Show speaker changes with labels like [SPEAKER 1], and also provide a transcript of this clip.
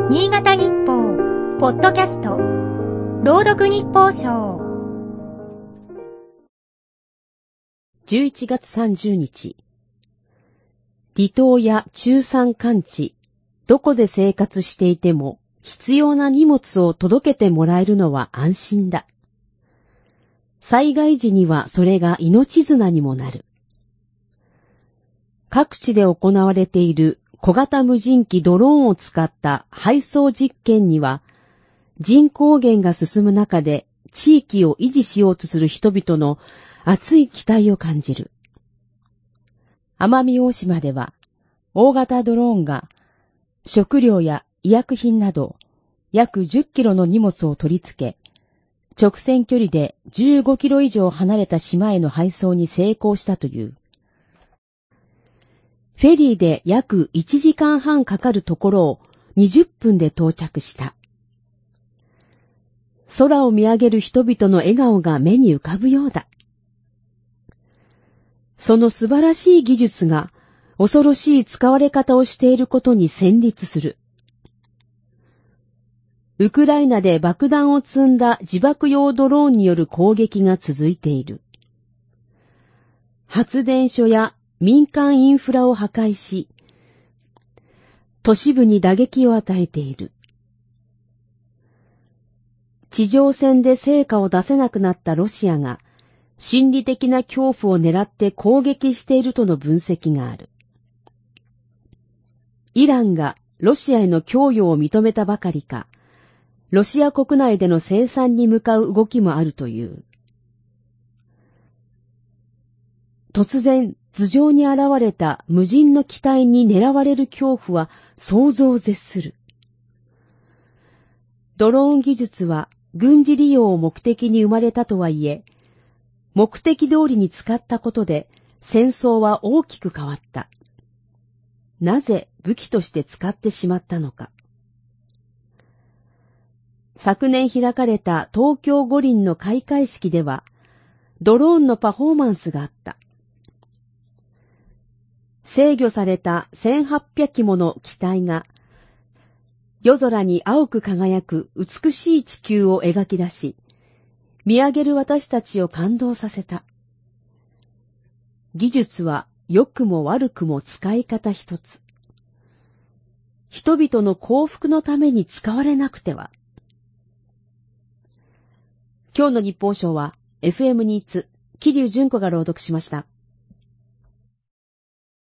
[SPEAKER 1] 新潟日報ポッドキャスト朗読日報賞
[SPEAKER 2] 11月30日離島や中山間地、どこで生活していても必要な荷物を届けてもらえるのは安心だ。災害時にはそれが命綱にもなる。各地で行われている小型無人機ドローンを使った配送実験には、人口減が進む中で地域を維持しようとする人々の熱い期待を感じる。奄美大島では、大型ドローンが食料や医薬品など約10キロの荷物を取り付け、直線距離で15キロ以上離れた島への配送に成功したという。フェリーで約1時間半かかるところを20分で到着した。空を見上げる人々の笑顔が目に浮かぶようだ。その素晴らしい技術が恐ろしい使われ方をしていることに戦慄する。ウクライナで爆弾を積んだ自爆用ドローンによる攻撃が続いている。発電所や民間インフラを破壊し、都市部に打撃を与えている。地上戦で成果を出せなくなったロシアが、心理的な恐怖を狙って攻撃しているとの分析がある。イランがロシアへの供与を認めたばかりか、ロシア国内での生産に向かう動きもあるという。突然、頭上に現れた無人の機体に狙われる恐怖は想像を絶する。ドローン技術は軍事利用を目的に生まれたとはいえ、目的通りに使ったことで戦争は大きく変わった。なぜ武器として使ってしまったのか。昨年開かれた東京五輪の開会式では、ドローンのパフォーマンスがあった。制御された1800機もの機体が、夜空に青く輝く美しい地球を描き出し、見上げる私たちを感動させた。技術は良くも悪くも使い方一つ。人々の幸福のために使われなくては。今日の日報賞は FM ニーツ、桐生純子が朗読しました。